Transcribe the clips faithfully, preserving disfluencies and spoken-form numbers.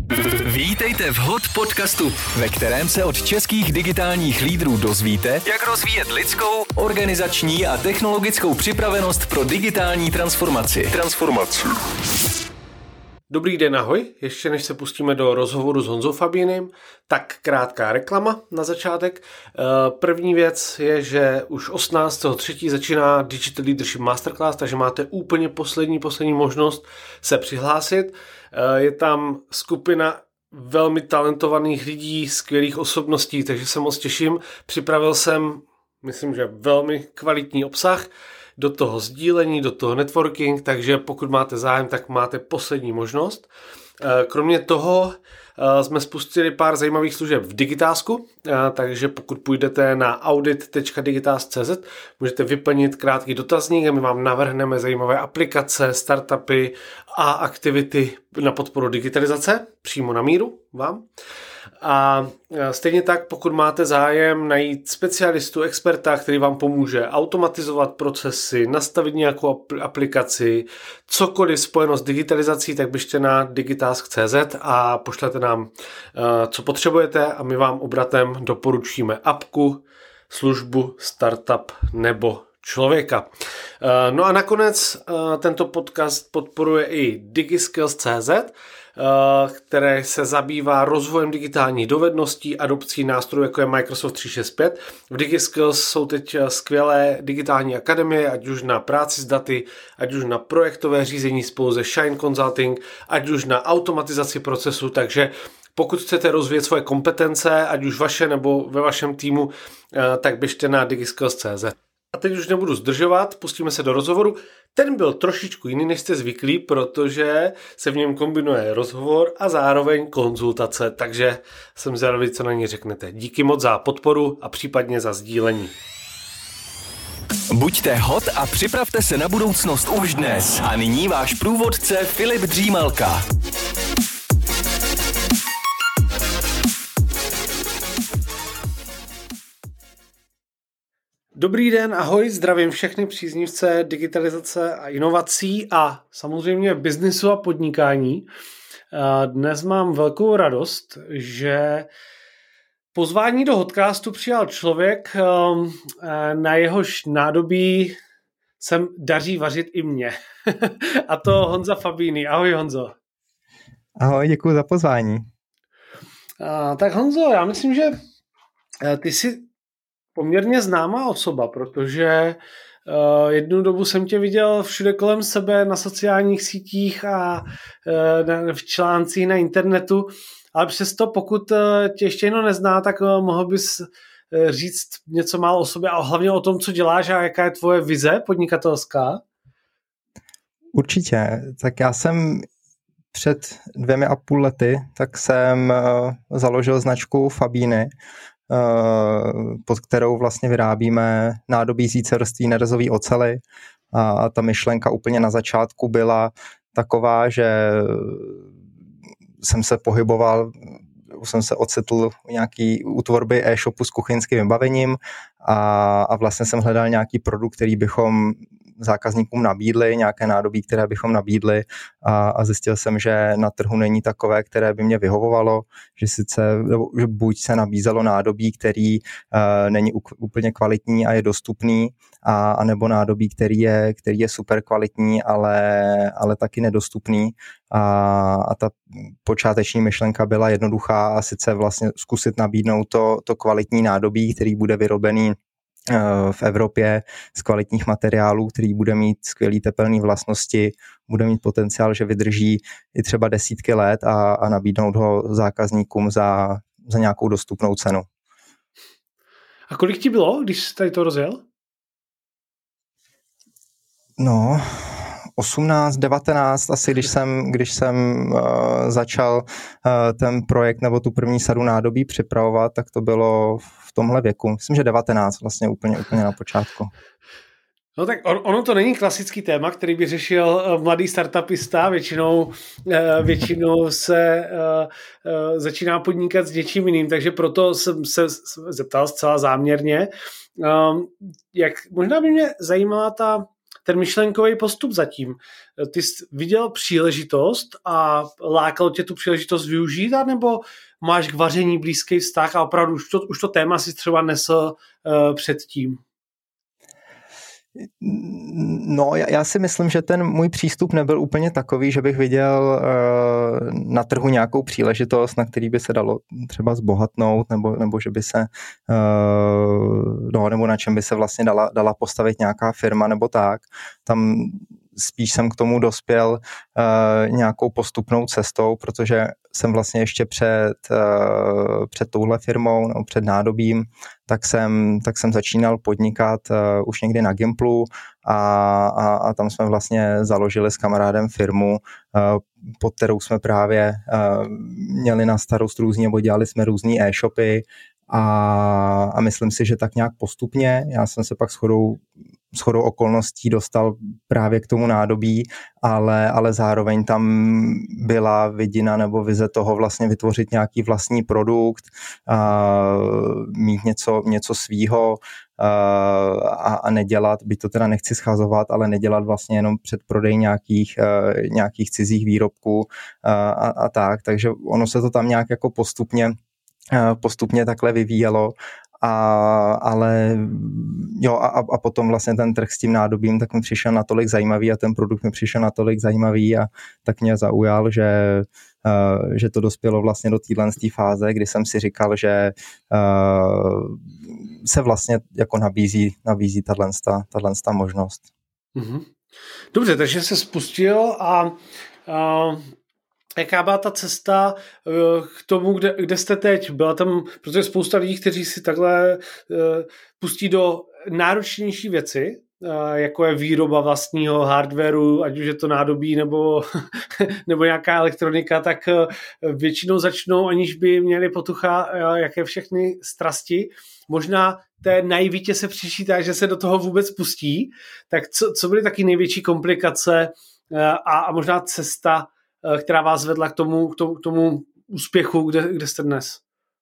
Vítejte v Hot podcastu, ve kterém se od českých digitálních lídrů dozvíte, jak rozvíjet lidskou, organizační a technologickou připravenost pro digitální transformaci. Transformaci. Dobrý den, ahoj. Ještě než se pustíme do rozhovoru s Honzou Fabínem, tak krátká reklama na začátek. První věc je, že už osmnáctého třetího začíná Digital Leadership Masterclass, takže máte úplně poslední, poslední možnost se přihlásit. Je tam skupina velmi talentovaných lidí, skvělých osobností, takže se moc těším. Připravil jsem, myslím, že velmi kvalitní obsah do toho sdílení, do toho networking, takže pokud máte zájem, tak máte poslední možnost. Kromě toho jsme spustili pár zajímavých služeb v Digitásku, takže pokud půjdete na audit tečka digitask tečka cz, můžete vyplnit krátký dotazník a my vám navrhneme zajímavé aplikace, startupy a aktivity na podporu digitalizace přímo na míru vám. A stejně tak, pokud máte zájem najít specialistu, experta, který vám pomůže automatizovat procesy, nastavit nějakou aplikaci, cokoliv spojeno s digitalizací, tak běžte na digitask tečka cz a pošlete nám, co potřebujete a my vám obratem doporučíme apku, službu, startup nebo člověka. No a nakonec tento podcast podporuje i digiskills tečka cz, které se zabývá rozvojem digitálních dovedností, adopcí nástrojů, jako je Microsoft tři šedesát pět. V DigiSkills jsou teď skvělé digitální akademie, ať už na práci s daty, ať už na projektové řízení spolu se Shine Consulting, ať už na automatizaci procesu, takže pokud chcete rozvíjet svoje kompetence, ať už vaše nebo ve vašem týmu, tak běžte na digiskills tečka cz. A teď už nebudu zdržovat, pustíme se do rozhovoru. Ten byl trošičku jiný, než jste zvyklí, protože se v něm kombinuje rozhovor a zároveň konzultace, takže jsem zvědavý, co na ní řeknete. Díky moc za podporu a případně za sdílení. Buďte hot a připravte se na budoucnost už dnes. A nyní váš průvodce Filip Dřímalka. Dobrý den, ahoj, zdravím všechny příznivce digitalizace a inovací a samozřejmě biznisu a podnikání. Dnes mám velkou radost, že pozvání do Hotcastu přijal člověk, na jehož nádobí se daří vařit i mě. A to Honza Fabíny. Ahoj, Honzo. Ahoj, děkuji za pozvání. Tak Honzo, já myslím, že ty jsi poměrně známá osoba, protože uh, jednu dobu jsem tě viděl všude kolem sebe na sociálních sítích a uh, v článcích na internetu, ale přesto pokud uh, tě ještě jedno nezná, tak uh, mohl bys uh, říct něco málo o sobě a hlavně o tom, co děláš a jaká je tvoje vize podnikatelská? Určitě. Tak já jsem před dvěmi a půl lety, tak jsem uh, založil značku Fabíny, pod kterou vlastně vyrábíme nádobí z vícerství nerezový oceli. A ta myšlenka úplně na začátku byla taková, že jsem se pohyboval, jsem se ocitl u nějaký u tvorby e-shopu s kuchyňským vybavením a, a vlastně jsem hledal nějaký produkt, který bychom zákazníkům nabídli, nějaké nádobí, které bychom nabídli a, a zjistil jsem, že na trhu není takové, které by mě vyhovovalo, že sice že buď se nabízelo nádobí, který uh, není úplně kvalitní a je dostupný, a, a nebo nádobí, který je, který je super kvalitní, ale, ale taky nedostupný a, a ta počáteční myšlenka byla jednoduchá a sice vlastně zkusit nabídnout to, to kvalitní nádobí, který bude vyrobený v Evropě z kvalitních materiálů, který bude mít skvělý tepelné vlastnosti, bude mít potenciál, že vydrží i třeba desítky let a, a nabídnout ho zákazníkům za, za nějakou dostupnou cenu. A kolik ti bylo, když jsi tady to rozjel? No, osmnáct, devatenáct asi, když jsem, když jsem uh, začal uh, ten projekt nebo tu první sadu nádobí připravovat, tak to bylo v tomhle věku. Myslím, že devatenáct vlastně úplně, úplně na počátku. No tak on, ono to není klasický téma, který by řešil mladý startupista, většinou, většinou se začíná podnikat s něčím jiným, takže proto jsem se zeptal zcela záměrně. Jak, možná by mě zajímala ta ten myšlenkový postup zatím. Ty jsi viděl příležitost a lákal tě tu příležitost využít, anebo máš k vaření blízký vztah a opravdu už to, už to téma si třeba nesl uh, předtím? No, já, já si myslím, že ten můj přístup nebyl úplně takový, že bych viděl uh, na trhu nějakou příležitost, na který by se dalo třeba zbohatnout, nebo, nebo že by se, uh, no, nebo na čem by se vlastně dala, dala postavit nějaká firma, nebo tak. Tam spíš jsem k tomu dospěl uh, nějakou postupnou cestou, protože jsem vlastně ještě před, uh, před touhle firmou, nebo před Nádobím, tak jsem, tak jsem začínal podnikat uh, už někdy na Gimplu a, a, a tam jsme vlastně založili s kamarádem firmu, uh, pod kterou jsme právě uh, měli na starost různě, nebo dělali jsme různý e-shopy a, a myslím si, že tak nějak postupně, já jsem se pak shodou shodou okolností dostal právě k tomu Nádobí, ale, ale zároveň tam byla vidina nebo vize toho vlastně vytvořit nějaký vlastní produkt, a mít něco, něco svýho a, a nedělat, byť to teda nechci schazovat, ale nedělat vlastně jenom předprodej nějakých, nějakých cizích výrobků a, a tak, takže ono se to tam nějak jako postupně postupně takhle vyvíjelo. A, ale jo a, a potom vlastně ten trh s tím Nádobím tak mi přišel natolik zajímavý a ten produkt mi přišel natolik zajímavý a tak mě zaujal, že, uh, že to dospělo vlastně do téhle fáze, kdy jsem si říkal, že uh, se vlastně jako nabízí, nabízí tato možnost. Mm-hmm. Dobře, takže se spustil a uh... jaká byla ta cesta k tomu, kde, kde jste teď? Byla tam, protože spousta lidí, kteří si takhle pustí do náročnější věci, jako je výroba vlastního hardwareu, ať už je to nádobí nebo, nebo nějaká elektronika, tak většinou začnou, aniž by měli potucha, jaké všechny strasti. Možná té naivitě se přičítá, že se do toho vůbec pustí. Tak co, co byly taky největší komplikace a, a možná cesta, která vás vedla k tomu, k tomu, k tomu úspěchu, kde, kde jste dnes?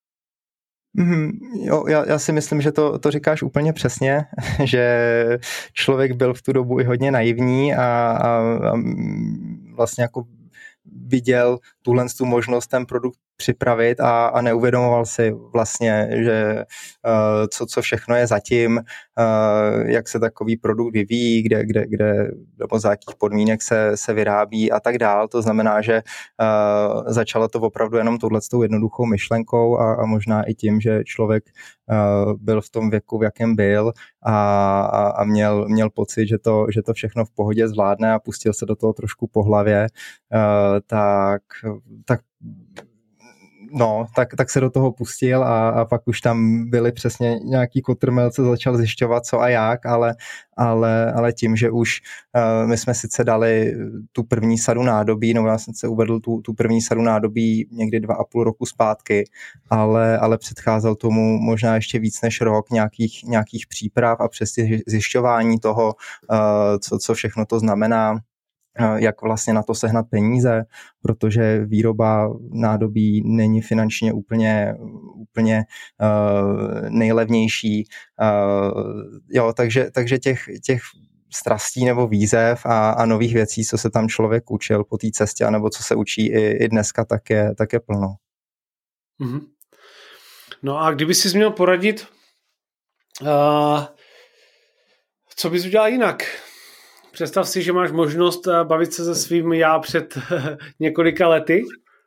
Mm, jo, já, já si myslím, že to, to říkáš úplně přesně, že člověk byl v tu dobu i hodně naivní a, a, a vlastně jako viděl tuhle tu možnost ten produkt připravit a, a neuvědomoval si vlastně, že uh, co, co všechno je zatím, uh, jak se takový produkt vyvíjí, kde, kde, kde nebo za jakých podmínek se, se vyrábí a tak dál. To znamená, že uh, začalo to opravdu jenom touhletou jednoduchou myšlenkou a, a možná i tím, že člověk uh, byl v tom věku, v jakém byl a, a, a měl, měl pocit, že to, že to všechno v pohodě zvládne a pustil se do toho trošku po hlavě, uh, tak, tak No, tak, tak se do toho pustil a, a pak už tam byly přesně nějaký kotrmelce, začal zjišťovat co a jak, ale, ale, ale tím, že už uh, my jsme sice dali tu první sadu nádobí, no já jsem se uvedl tu, tu první sadu nádobí někdy dva a půl roku zpátky, ale, ale předcházel tomu možná ještě víc než rok nějakých, nějakých příprav a přesně zjišťování toho, uh, co, co všechno to znamená, jak vlastně na to sehnat peníze, protože výroba nádobí není finančně úplně, úplně uh, nejlevnější. Uh, jo, takže, takže těch, těch strastí nebo výzev a, a nových věcí, co se tam člověk učil po té cestě, anebo co se učí i, i dneska, tak je, tak je plno. Mm-hmm. No a kdyby jsi měl poradit, uh, co bys udělal jinak? Představ si, že máš možnost bavit se se svým já před několika lety.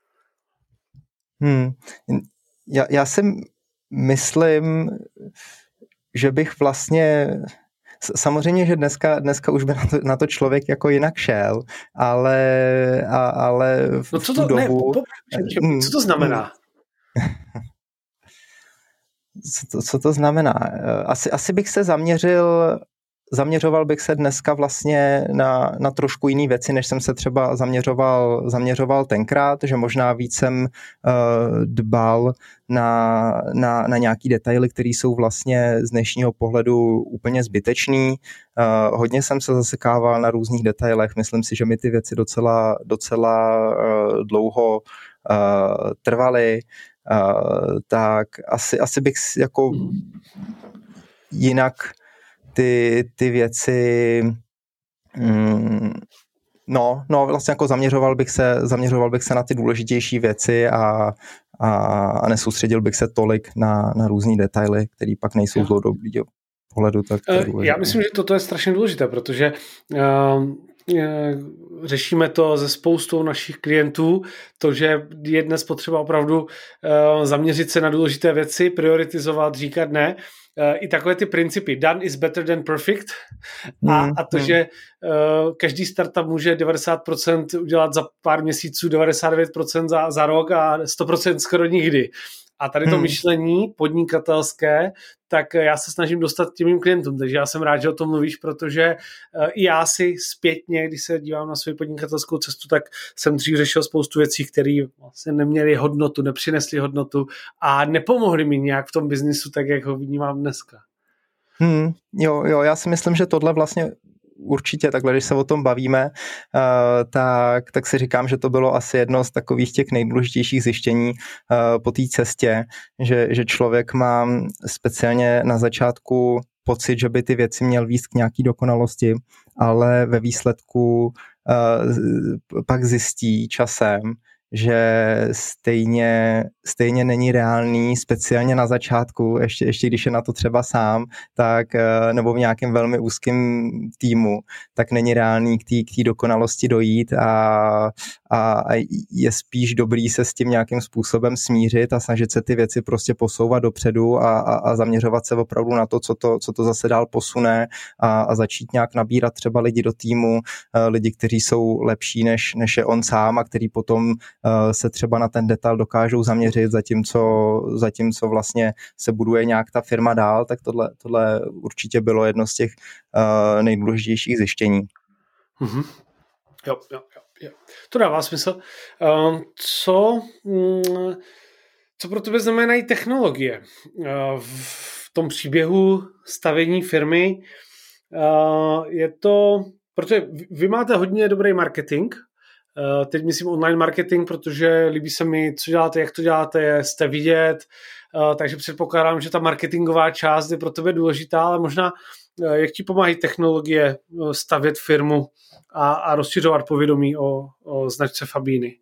Hmm. Já, já si myslím, že bych vlastně... Samozřejmě, že dneska, dneska už by na to, na to člověk jako jinak šel, ale, a, ale v no co tu to, dobu... Ne, po, po, co to znamená? Co to, co to znamená? Asi, asi bych se zaměřil... Zaměřoval bych se dneska vlastně na, na trošku jiný věci, než jsem se třeba zaměřoval, zaměřoval tenkrát, že možná víc jsem uh, dbal na, na, na nějaký detaily, které jsou vlastně z dnešního pohledu úplně zbytečný. Uh, hodně jsem se zasekával na různých detailech, myslím si, že mi ty věci docela, docela uh, dlouho uh, trvaly, uh, tak asi, asi bych jako jinak Ty, ty věci mm, no, no, vlastně jako zaměřoval bych se, zaměřoval bych se na ty důležitější věci a, a, a nesoustředil bych se tolik na, na různý detaily, které pak nejsou z dlouhodobého pohledu. Tak Já myslím, že toto je strašně důležité, protože uh, řešíme to se spoustou našich klientů, to, že je dnes potřeba opravdu uh, zaměřit se na důležité věci, prioritizovat, říkat ne. Uh, I takové ty principy done is better than perfect a, a to, že uh, každý startup může devadesát procent udělat za pár měsíců, devadesát devět procent za, za rok a sto procent skoro nikdy. A tady to hmm. myšlení podnikatelské, tak já se snažím dostat k těm klientům, takže já jsem rád, že o tom mluvíš, protože i já si zpětně, když se dívám na svou podnikatelskou cestu, tak jsem dřív řešil spoustu věcí, které vlastně neměly hodnotu, nepřinesly hodnotu a nepomohly mi nějak v tom biznisu, tak jak ho vnímám dneska. Hmm, jo, jo, já si myslím, že tohle vlastně určitě takhle, když se o tom bavíme, uh, tak, tak si říkám, že to bylo asi jedno z takových těch nejdůležitějších zjištění uh, po té cestě, že, že člověk má speciálně na začátku pocit, že by ty věci měl vést k nějaký dokonalosti, ale ve výsledku uh, pak zjistí časem, že stejně, stejně není reálný, speciálně na začátku, ještě, ještě když je na to třeba sám, tak, nebo v nějakém velmi úzkém týmu, tak není reálný k té dokonalosti dojít a, a je spíš dobrý se s tím nějakým způsobem smířit a snažit se ty věci prostě posouvat dopředu a, a, a zaměřovat se opravdu na to, co to, co to zase dál posune a, a začít nějak nabírat třeba lidi do týmu, lidi, kteří jsou lepší než, než je on sám a který potom se třeba na ten detail dokážou zaměřit, zatímco, zatímco vlastně se buduje nějak ta firma dál, tak tohle, tohle určitě bylo jedno z těch uh, nejdůležitějších zjištění. Mm-hmm. Jo, jo, jo, jo. To dává smysl. Uh, co, mm, co pro tebe znamenají technologie? Uh, v tom příběhu stavění firmy uh, je to, protože vy máte hodně dobrý marketing. Uh, teď myslím online marketing, protože líbí se mi, co děláte, jak to děláte, jste vidět, uh, takže předpokládám, že ta marketingová část je pro tebe důležitá, ale možná uh, jak ti pomáhají technologie uh, stavět firmu a, a rozšiřovat povědomí o, o značce Fabíny?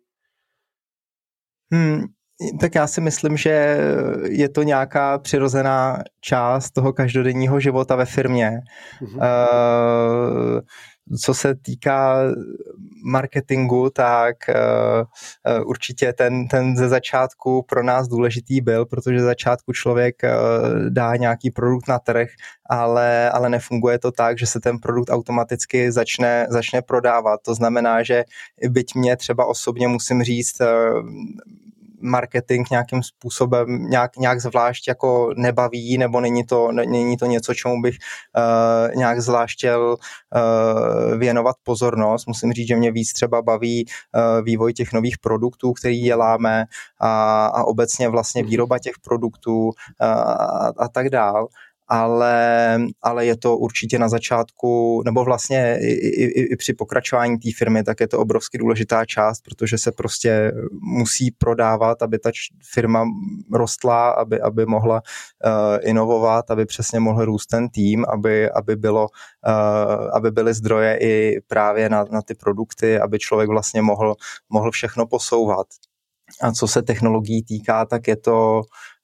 Hmm, tak já si myslím, že je to nějaká přirozená část toho každodenního života ve firmě. Mm-hmm. Uh, Co se týká marketingu, tak uh, určitě ten, ten ze začátku pro nás důležitý byl, protože ze začátku člověk uh, dá nějaký produkt na trh, ale, ale nefunguje to tak, že se ten produkt automaticky začne, začne prodávat. To znamená, že byť mě třeba osobně musím říct, uh, marketing nějakým způsobem nějak, nějak zvlášť jako nebaví, nebo není to, není to něco, čemu bych uh, nějak zvlášť chtěl uh, věnovat pozornost. Musím říct, že mě víc třeba baví uh, vývoj těch nových produktů, který děláme a, a obecně vlastně výroba těch produktů uh, a, a tak dál. Ale, ale je to určitě na začátku, nebo vlastně i, i, i při pokračování té firmy, tak je to obrovsky důležitá část, protože se prostě musí prodávat, aby ta firma rostla, aby, aby mohla uh, inovovat, aby přesně mohl růst ten tým, aby, aby, bylo, uh, aby byly zdroje i právě na, na ty produkty, aby člověk vlastně mohl, mohl všechno posouvat. A co se technologií týká, tak je to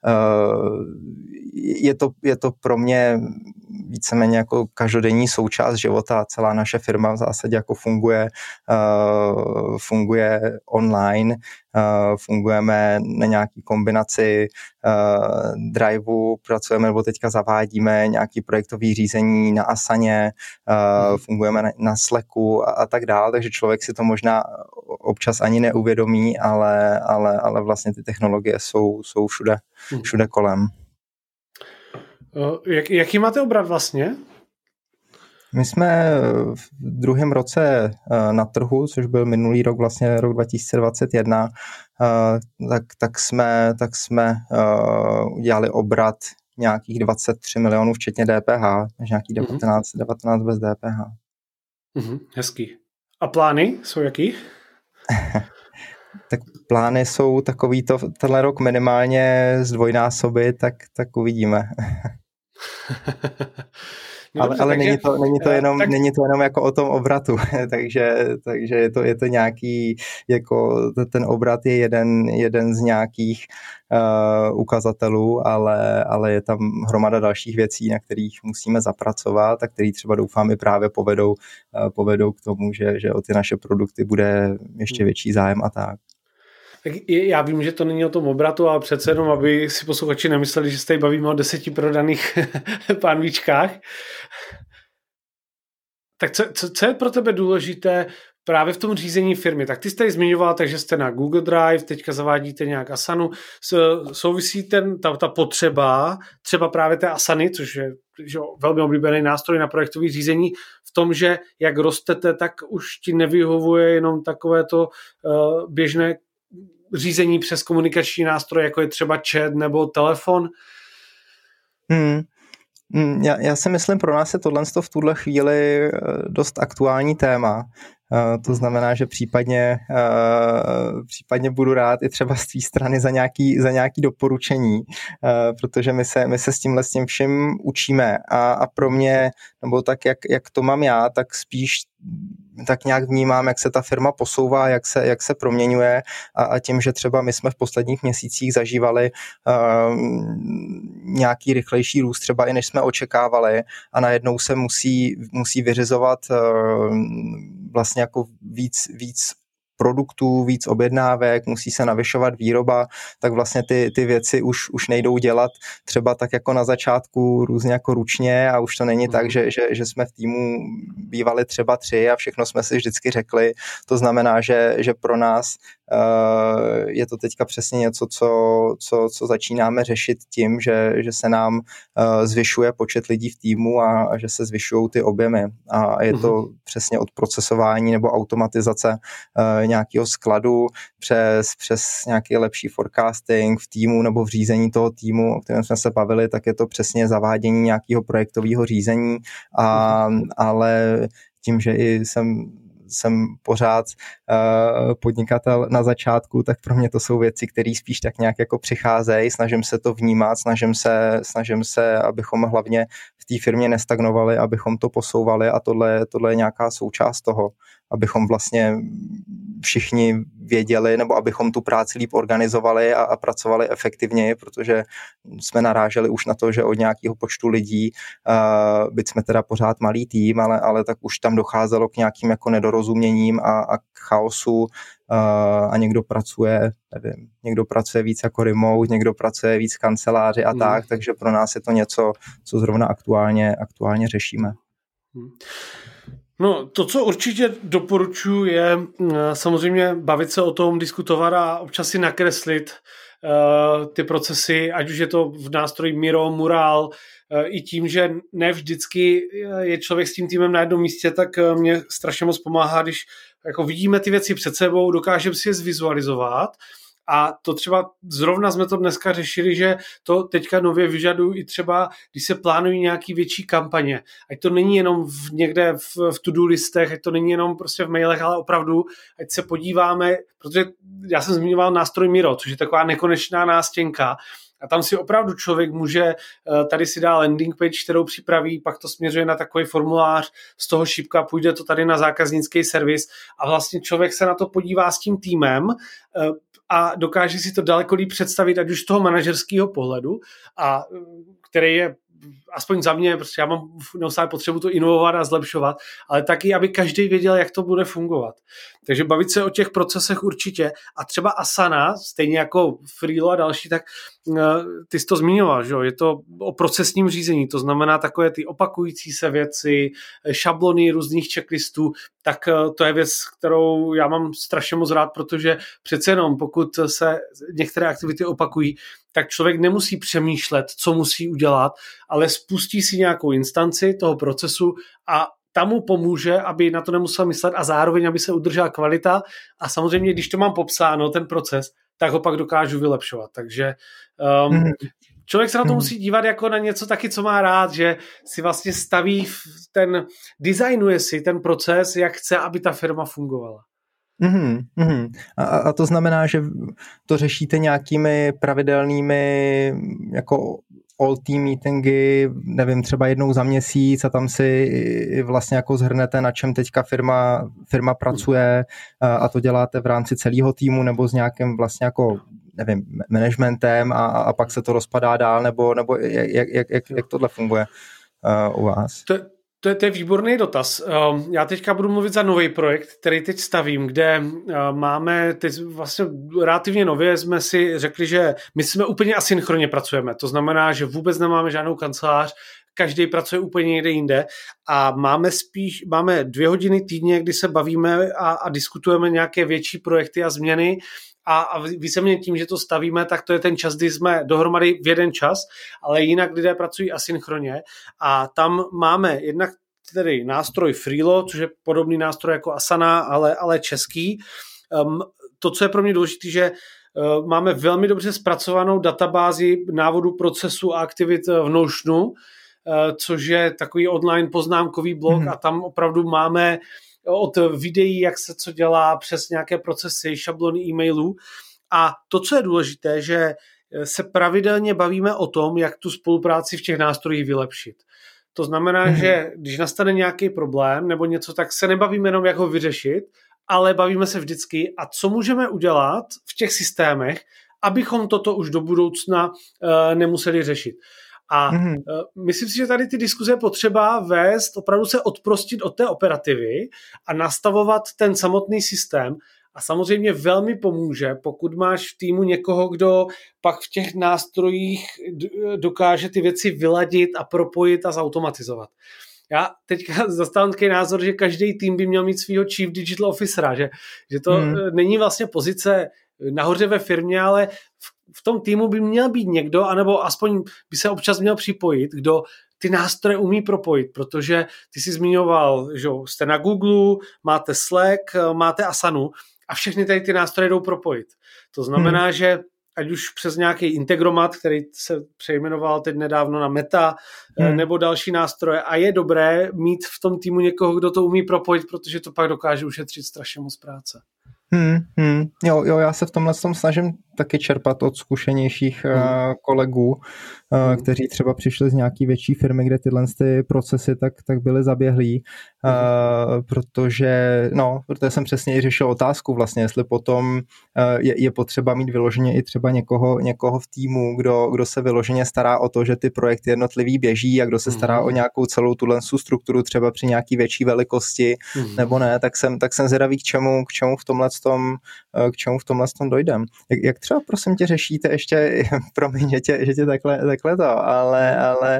Je to, je to pro mě víceméně jako každodenní součást života. Celá naše firma v zásadě jako funguje, uh, funguje online, uh, fungujeme na nějaký kombinaci uh, driveu, pracujeme nebo teďka zavádíme nějaký projektový řízení na Asaně, uh, fungujeme na, na Slacku a, a tak dále, takže člověk si to možná občas ani neuvědomí, ale, ale, ale vlastně ty technologie jsou, jsou všude, všude kolem. Jak, jaký máte obrat vlastně? My jsme v druhém roce na trhu, což byl minulý rok, vlastně rok dva tisíce dvacet jedna, tak, tak jsme, tak jsme udělali obrat nějakých dvacet tři milionů včetně D P H, až nějakých devatenáct, mm-hmm. devatenáct bez D P H. Mm-hmm, hezký. A plány jsou jaký? Tak plány jsou takový to tenhle rok minimálně zdvojnásobit, tak, tak uvidíme. No, ale, ale takže, není, to, není, to jenom, tak... není to jenom jako o tom obratu, takže, takže je, to, je to nějaký, jako ten obrat je jeden, jeden z nějakých uh, ukazatelů, ale, ale je tam hromada dalších věcí, na kterých musíme zapracovat a který třeba doufám i právě povedou, uh, povedou k tomu, že, že o ty naše produkty bude ještě větší zájem a tak. Tak já vím, že to není o tom obratu, ale přece jenom, aby si posluchači nemysleli, že se tady bavíme o deseti prodaných pánvíčkách. Tak co, co, co je pro tebe důležité právě v tom řízení firmy? Tak ty jste ji zmiňoval, takže jste na Google Drive, teďka zavádíte nějak Asanu. Souvisí ten, ta, ta potřeba, třeba právě té Asany, což je že, velmi oblíbený nástroj na projektové řízení, v tom, že jak rostete, tak už ti nevyhovuje jenom takové to uh, běžné řízení přes komunikační nástroje, jako je třeba chat nebo telefon? Hmm. Já, já si myslím, pro nás je tohle v tuhle chvíli dost aktuální téma. Uh, to znamená, že případně, uh, případně budu rád i třeba z té strany za nějaký, za nějaký doporučení, uh, protože my se, my se s tímhle s tím vším učíme a, a pro mě, nebo tak, jak, jak to mám já, tak spíš tak nějak vnímám, jak se ta firma posouvá, jak se, jak se proměňuje a, a tím, že třeba my jsme v posledních měsících zažívali uh, nějaký rychlejší růst, třeba i než jsme očekávali a najednou se musí, musí vyřizovat uh, vlastně jako víc, víc produktů, víc objednávek, musí se navyšovat výroba, tak vlastně ty, ty věci už, už nejdou dělat třeba tak jako na začátku různě jako ručně a už to není mm. tak, že, že, že jsme v týmu bývali třeba tři a všechno jsme si vždycky řekli. To znamená, že, že pro nás uh, je to teďka přesně něco, co, co, co začínáme řešit tím, že, že se nám uh, zvyšuje počet lidí v týmu a, a že se zvyšují ty objemy. A je to mm. přesně od procesování nebo automatizace uh, nějakého skladu přes, přes nějaký lepší forecasting v týmu nebo v řízení toho týmu, o kterém jsme se bavili, tak je to přesně zavádění nějakého projektového řízení, a, ale tím, že i jsem jsem pořád uh, podnikatel na začátku, tak pro mě to jsou věci, které spíš tak nějak jako přicházejí, snažím se to vnímat, snažím se, snažím se, abychom hlavně v té firmě nestagnovali, abychom to posouvali a tohle, tohle je nějaká součást toho, abychom vlastně všichni věděli, nebo abychom tu práci líp organizovali a, a pracovali efektivněji, protože jsme naráželi už na to, že od nějakého počtu lidí, uh, byť jsme teda pořád malý tým, ale, ale tak už tam docházelo k nějakým jako nedorozuměním a, a k chaosu uh, a někdo pracuje, nevím, někdo pracuje víc jako remote, někdo pracuje víc v kanceláři a hmm. tak, takže pro nás je to něco, co zrovna aktuálně, aktuálně řešíme. Hmm. No, to, co určitě doporučuji, je samozřejmě bavit se o tom, diskutovat a občas si nakreslit uh, ty procesy, ať už je to v nástroji Miro, Mural, uh, i tím, že ne vždycky je člověk s tím týmem na jednom místě, tak uh, mě strašně moc pomáhá, když jako vidíme ty věci před sebou, dokážeme si je zvizualizovat. A to třeba zrovna jsme to dneska řešili, že to teďka nově vyžadují i třeba, když se plánují nějaký větší kampaně. Ať to není jenom v, někde v, v to-do listech, ať to není jenom prostě v mailech, ale opravdu, ať se podíváme, protože já jsem zmiňoval nástroj Miro, což je taková nekonečná nástěnka, a tam si opravdu člověk může, tady si dá landing page, kterou připraví, pak to směřuje na takový formulář, z toho šipka půjde to tady na zákaznický servis a vlastně člověk se na to podívá s tím týmem a dokáže si to daleko líp představit, ať už z toho manažerského pohledu, a který je aspoň za mě, prostě já mám neustále potřebu to inovovat a zlepšovat, ale taky, aby každý věděl, jak to bude fungovat. Takže bavit se o těch procesech určitě. A třeba Asana, stejně jako Freelo a další, tak ty jsi to zmiňoval, že jo? Je to o procesním řízení, to znamená takové ty opakující se věci, šablony různých checklistů, tak to je věc, kterou já mám strašně moc rád, protože přece jenom, pokud se některé aktivity opakují, tak člověk nemusí přemýšlet, co musí udělat, ale spustí si nějakou instanci toho procesu a tam mu pomůže, aby na to nemusel myslet a zároveň, aby se udržela kvalita. A samozřejmě, když to mám popsáno, ten proces, tak ho pak dokážu vylepšovat. Takže um, mm. člověk se na to musí dívat jako na něco taky, co má rád, že si vlastně staví ten, designuje si ten proces, jak chce, aby ta firma fungovala. Mm, mm. A, a to znamená, že to řešíte nějakými pravidelnými jako all team meetingy, nevím, třeba jednou za měsíc a tam si vlastně jako zhrnete, na čem teďka firma, firma pracuje a to děláte v rámci celého týmu nebo s nějakým vlastně jako, nevím, managementem a, a pak se to rozpadá dál, nebo, nebo jak, jak, jak, jak tohle funguje uh, u vás? To, to, je, to je výborný dotaz. Uh, já teďka budu mluvit za nový projekt, který teď stavím, kde uh, máme teď vlastně relativně nově jsme si řekli, že my jsme úplně asynchronně pracujeme. To znamená, že vůbec nemáme žádnou kancelář, každý pracuje úplně někde jinde a máme spíš, máme dvě hodiny týdně, kdy se bavíme a, a diskutujeme nějaké větší projekty a změny a, a víceméně tím, že to stavíme, tak to je ten čas, kdy jsme dohromady v jeden čas, ale jinak lidé pracují asynchronně a tam máme jednak tedy nástroj Freelo, což je podobný nástroj jako Asana, ale, ale český. Um, to, co je pro mě důležité, že uh, máme velmi dobře zpracovanou databázi návodu procesu a aktivit v Notionu, což je takový online poznámkový blog mm. a tam opravdu máme od videí, jak se co dělá, přes nějaké procesy, šablony e-mailů. A to, co je důležité, že se pravidelně bavíme o tom, jak tu spolupráci v těch nástrojích vylepšit. To znamená, mm. že když nastane nějaký problém nebo něco, tak se nebavíme jenom, jak ho vyřešit, ale bavíme se vždycky, a co můžeme udělat v těch systémech, abychom toto už do budoucna uh, nemuseli řešit. A mm-hmm. myslím si, že tady ty diskuze je potřeba vést, opravdu se odprostit od té operativy a nastavovat ten samotný systém. A samozřejmě velmi pomůže, pokud máš v týmu někoho, kdo pak v těch nástrojích dokáže ty věci vyladit a propojit a zautomatizovat. Já teďka zastávám takový názor, že každý tým by měl mít svýho Chief Digital Officera, že, že to mm. není vlastně pozice nahoře ve firmě, ale v v tom týmu by měl být někdo, anebo aspoň by se občas měl připojit, kdo ty nástroje umí propojit, protože ty jsi zmiňoval, že jste na Google, máte Slack, máte Asanu a všechny tady ty nástroje jdou propojit. To znamená, hmm. že ať už přes nějaký Integromat, který se přejmenoval teď nedávno na Meta, hmm. nebo další nástroje, a je dobré mít v tom týmu někoho, kdo to umí propojit, protože to pak dokáže ušetřit strašně moc práce. Hmm, hmm. Jo, jo, já se v tomhle tom snažím taky čerpat od zkušenějších hmm. uh, kolegů, uh, hmm. kteří třeba přišli z nějaký větší firmy, kde tyhle ty procesy tak, tak byly zaběhlí, uh, hmm. protože, no, protože jsem přesně i řešil otázku vlastně, jestli potom uh, je, je potřeba mít vyloženě i třeba někoho, někoho v týmu, kdo, kdo se vyloženě stará o to, že ty projekty jednotlivý běží a kdo se stará hmm. o nějakou celou tuhle strukturu třeba při nějaký větší velikosti, hmm. nebo ne, tak jsem, tak jsem zvědavý, k čemu, k čemu v tomhle tom, k čemu v tomhle tom dojdem. Jak, jak třeba prosím tě řešíte ještě, promiň, že tě, že tě takhle, takhle to, ale, ale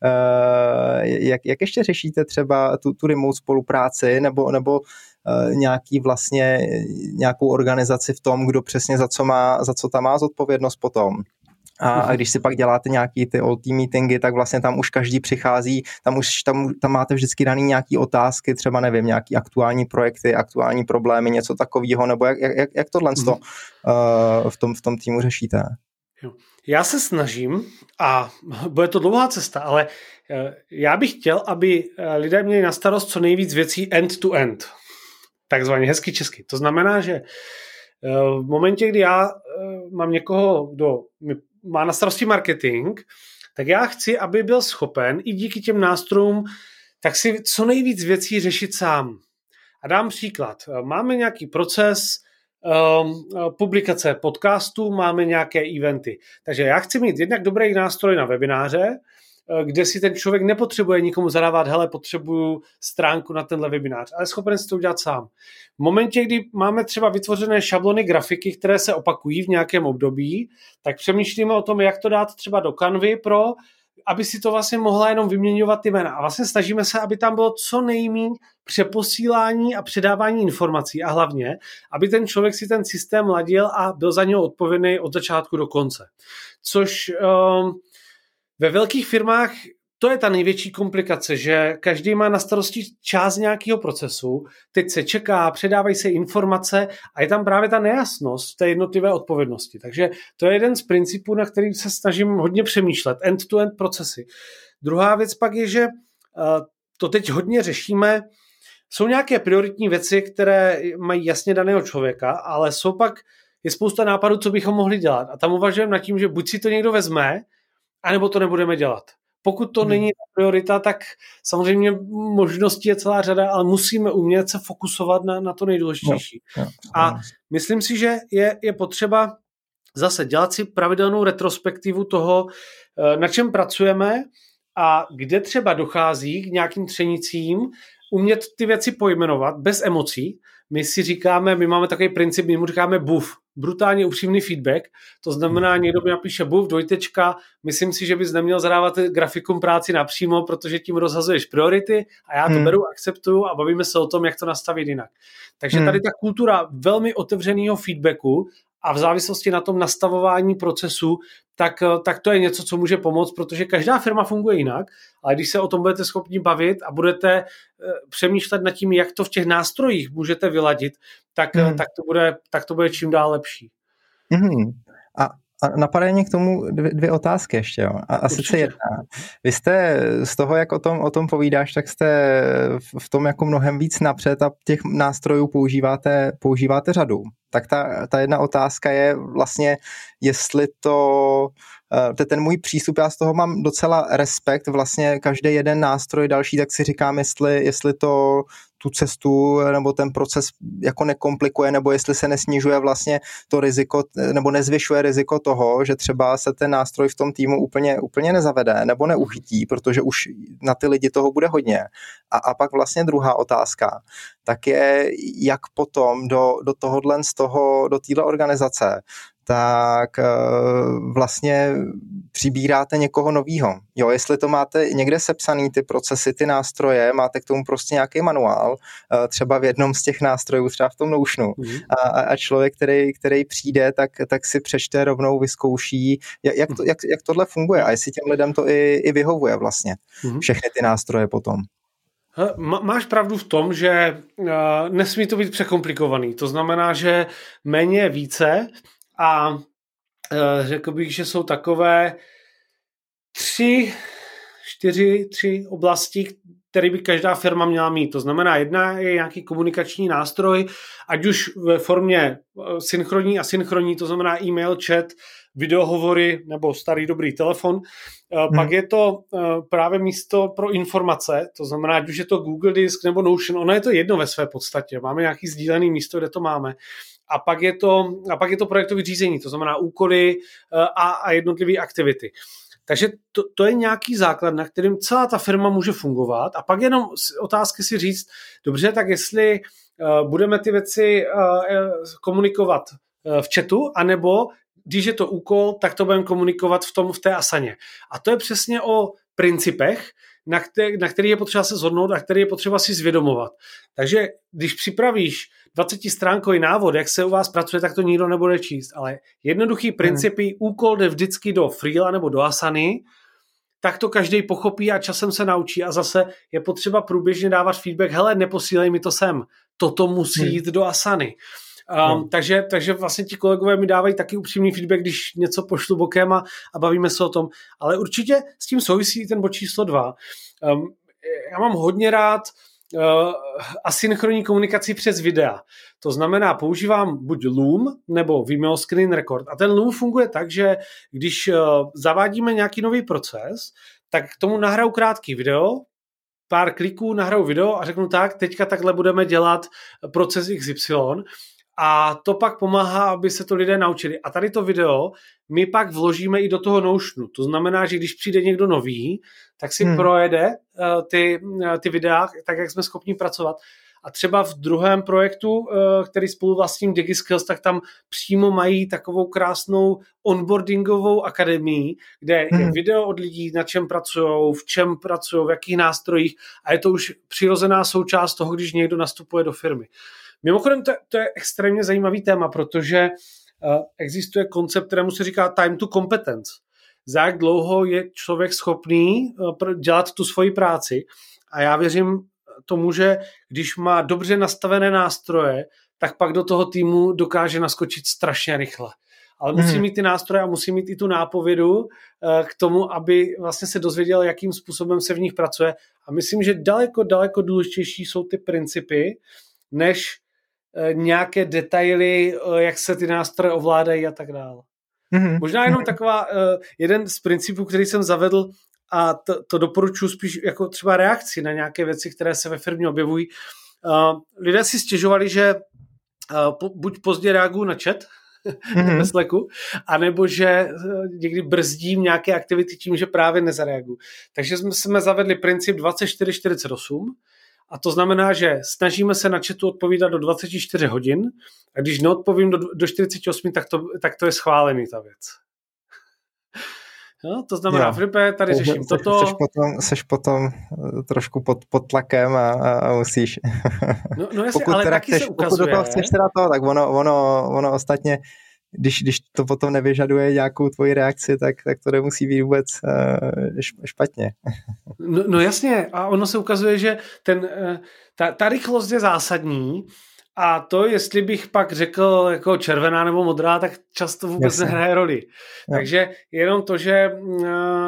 uh, jak, jak ještě řešíte třeba tu, tu remote spolupráci nebo, nebo uh, nějaký vlastně nějakou organizaci v tom, kdo přesně za co má, za co tam má zodpovědnost potom? A, a když si pak děláte nějaký ty all team meetingy, tak vlastně tam už každý přichází, tam už tam, tam máte vždycky daný nějaký otázky, třeba nevím, nějaký aktuální projekty, aktuální problémy, něco takového, nebo jak, jak, jak tohle mm. to, uh, v, tom, v tom týmu řešíte? Jo. Já se snažím, a bude to dlouhá cesta, ale já bych chtěl, aby lidé měli na starost co nejvíc věcí end-to-end, takzvaně hezky česky. To znamená, že v momentě, kdy já mám někoho, kdo mi má na starosti marketing, tak já chci, aby byl schopen i díky těm nástrojům tak si co nejvíc věcí řešit sám. A dám příklad. Máme nějaký proces um, publikace podcastů, máme nějaké eventy. Takže já chci mít jednak dobrý nástroj na webináře, kde si ten člověk nepotřebuje nikomu zadávat, hele, potřebuju stránku na tenhle webinář, ale schopen si to udělat sám. V momentě, kdy máme třeba vytvořené šablony grafiky, které se opakují v nějakém období, tak přemýšlíme o tom, jak to dát třeba do Canvy pro, aby si to vlastně mohla jenom vyměňovat ty jména. A vlastně snažíme se, aby tam bylo co nejméně přeposílání a předávání informací a hlavně, aby ten člověk si ten systém ladil a byl za něho odpovědný od začátku do konce. Což um, ve velkých firmách to je ta největší komplikace, že každý má na starosti část nějakého procesu, teď se čeká, předávají se informace a je tam právě ta nejasnost té jednotlivé odpovědnosti. Takže to je jeden z principů, na kterým se snažím hodně přemýšlet, end-to-end procesy. Druhá věc pak je, že to teď hodně řešíme, jsou nějaké prioritní věci, které mají jasně daného člověka, ale jsou pak, je spousta nápadů, co bychom mohli dělat. A tam uvažujeme nad tím, že buď si to někdo vezme, anebo to nebudeme dělat. Pokud to hmm. není priorita, tak samozřejmě možností je celá řada, ale musíme umět se fokusovat na, na to nejdůležitější. No, no, a myslím si, že je, je potřeba zase dělat si pravidelnou retrospektivu toho, na čem pracujeme a kde třeba dochází k nějakým třenicím, umět ty věci pojmenovat bez emocí. My si říkáme, my máme takový princip, my mu říkáme B U F, brutálně upřímný feedback, to znamená, někdo mi napíše B U F, dvojtečka, myslím si, že bys neměl zadávat grafikum práci napřímo, protože tím rozhazuješ priority a já to hmm. beru, akceptuju a bavíme se o tom, jak to nastavit jinak. Takže tady ta kultura velmi otevřeného feedbacku a v závislosti na tom nastavování procesu, tak, tak to je něco, co může pomoct, protože každá firma funguje jinak, ale když se o tom budete schopni bavit a budete přemýšlet nad tím, jak to v těch nástrojích můžete vyladit, tak, mm. tak, to, bude, tak to bude čím dál lepší. Mm. A A napadají mě k tomu dvě, dvě otázky ještě. Jo. A, a sice jedna. Vy jste z toho, jak o tom, o tom povídáš, tak jste v tom jako mnohem víc napřed a těch nástrojů používáte, používáte řadu. Tak ta, ta jedna otázka je vlastně, jestli to, to je ten můj přístup, já z toho mám docela respekt, vlastně každý jeden nástroj další, tak si říkám, jestli, jestli to tu cestu nebo ten proces jako nekomplikuje, nebo jestli se nesnižuje vlastně to riziko, nebo nezvyšuje riziko toho, že třeba se ten nástroj v tom týmu úplně, úplně nezavede, nebo neuchytí, protože už na ty lidi toho bude hodně. A, a pak vlastně druhá otázka, tak je, jak potom do, do tohohle z toho, do téhle organizace, tak vlastně přibíráte někoho novýho. Jo, jestli to máte někde sepsaný, ty procesy, ty nástroje, máte k tomu prostě nějaký manuál, třeba v jednom z těch nástrojů, třeba v tom Notionu. Mm. A, a člověk, který, který přijde, tak, tak si přečte rovnou, vyzkouší, jak, to, jak, jak tohle funguje a jestli těm lidem to i, i vyhovuje vlastně. Mm. Všechny ty nástroje potom. Máš pravdu v tom, že nesmí to být překomplikovaný. To znamená, že méně je více. A řekl bych, že jsou takové tři, čtyři, tři oblasti, které by každá firma měla mít. To znamená, jedna je nějaký komunikační nástroj, ať už ve formě synchronní a synchronní, to znamená e-mail, chat, videohovory nebo starý dobrý telefon. Hmm. Pak je to právě místo pro informace, to znamená, ať už je to Google Disk nebo Notion, ono je to jedno ve své podstatě. Máme nějaký sdílený místo, kde to máme. A pak je to, a pak je to projektové řízení, to znamená úkoly a, a jednotlivé aktivity. Takže to, to je nějaký základ, na kterým celá ta firma může fungovat. A pak jenom otázky si říct, dobře, tak jestli uh, budeme ty věci uh, komunikovat uh, v chatu, anebo když je to úkol, tak to budeme komunikovat v tom v té asaně. A to je přesně o principech, na, který, na který je potřeba se shodnout a který je potřeba si zvědomovat. Takže když připravíš dvacetistránkový návod, jak se u vás pracuje, tak to nikdo nebude číst, ale jednoduchý principy, hmm. úkol jde vždycky do Freela nebo do Asany, tak to každý pochopí a časem se naučí a zase je potřeba průběžně dávat feedback, hele, neposílej mi to sem, toto musí hmm. jít do Asany. Um, hmm. takže, takže vlastně ti kolegové mi dávají taky upřímný feedback, když něco pošlu bokem a, a bavíme se o tom. Ale určitě s tím souvisí ten bod číslo dva. Um, já mám hodně rád uh, asynchronní komunikaci přes videa. To znamená, používám buď Loom nebo Vimeo Screen Record. A ten Loom funguje tak, že když uh, zavádíme nějaký nový proces, tak k tomu nahraju krátký video, pár kliků, nahraju video a řeknu tak, teďka takhle budeme dělat proces iks ypsilon. A to pak pomáhá, aby se to lidé naučili. A tady to video my pak vložíme i do toho Notionu. To znamená, že když přijde někdo nový, tak si hmm. projede uh, ty, uh, ty videa, tak jak jsme schopni pracovat. A třeba v druhém projektu, uh, který spolu vlastním DigiSkills, tak tam přímo mají takovou krásnou onboardingovou akademii, kde hmm. je video od lidí, na čem pracují, v čem pracují, v jakých nástrojích. A je to už přirozená součást toho, když někdo nastupuje do firmy. Mimochodem, to, to je extrémně zajímavý téma, protože uh, existuje koncept, kterému se říká time to competence. Za jak dlouho je člověk schopný uh, dělat tu svoji práci. A já věřím tomu, že když má dobře nastavené nástroje, tak pak do toho týmu dokáže naskočit strašně rychle. Ale musí hmm. mít ty nástroje a musí mít i tu nápovědu uh, k tomu, aby vlastně se dozvěděl, jakým způsobem se v nich pracuje. A myslím, že daleko, daleko důležitější jsou ty principy, než nějaké detaily, jak se ty nástroje ovládají a tak dále. Mm-hmm. Možná jenom taková uh, jeden z principů, který jsem zavedl, a to, to doporučuji spíš jako třeba reakci na nějaké věci, které se ve firmě objevují. Uh, lidé si stěžovali, že uh, po, buď pozdě reagují na chat mm-hmm. ve Slacku, anebo že uh, někdy brzdím nějaké aktivity tím, že právě nezareaguju. Takže jsme, jsme zavedli princip dvacet čtyři čtyřicet osm a to znamená, že snažíme se na chatu odpovídat do dvacet čtyři hodin a když neodpovím do, do čtyřicet osm, tak to, tak to je schválený ta věc. No, to znamená, jo. Filipe, tady Takže řeším seš, toto. Seš potom, seš potom trošku pod, pod tlakem a, a musíš. No, no jasně, pokud ale teda taky chceš, se ukazuje. Pokud do toho chceš teda to, tak ono, ono, ono ostatně, když, když to potom nevyžaduje nějakou tvoji reakci, tak, tak to nemusí být vůbec uh, špatně. No, no jasně, a ono se ukazuje, že ten, ta, ta rychlost je zásadní. A to, jestli bych pak řekl jako červená nebo modrá, tak často vůbec Jasně. nehraje roli. Ja. Takže jenom to, že uh,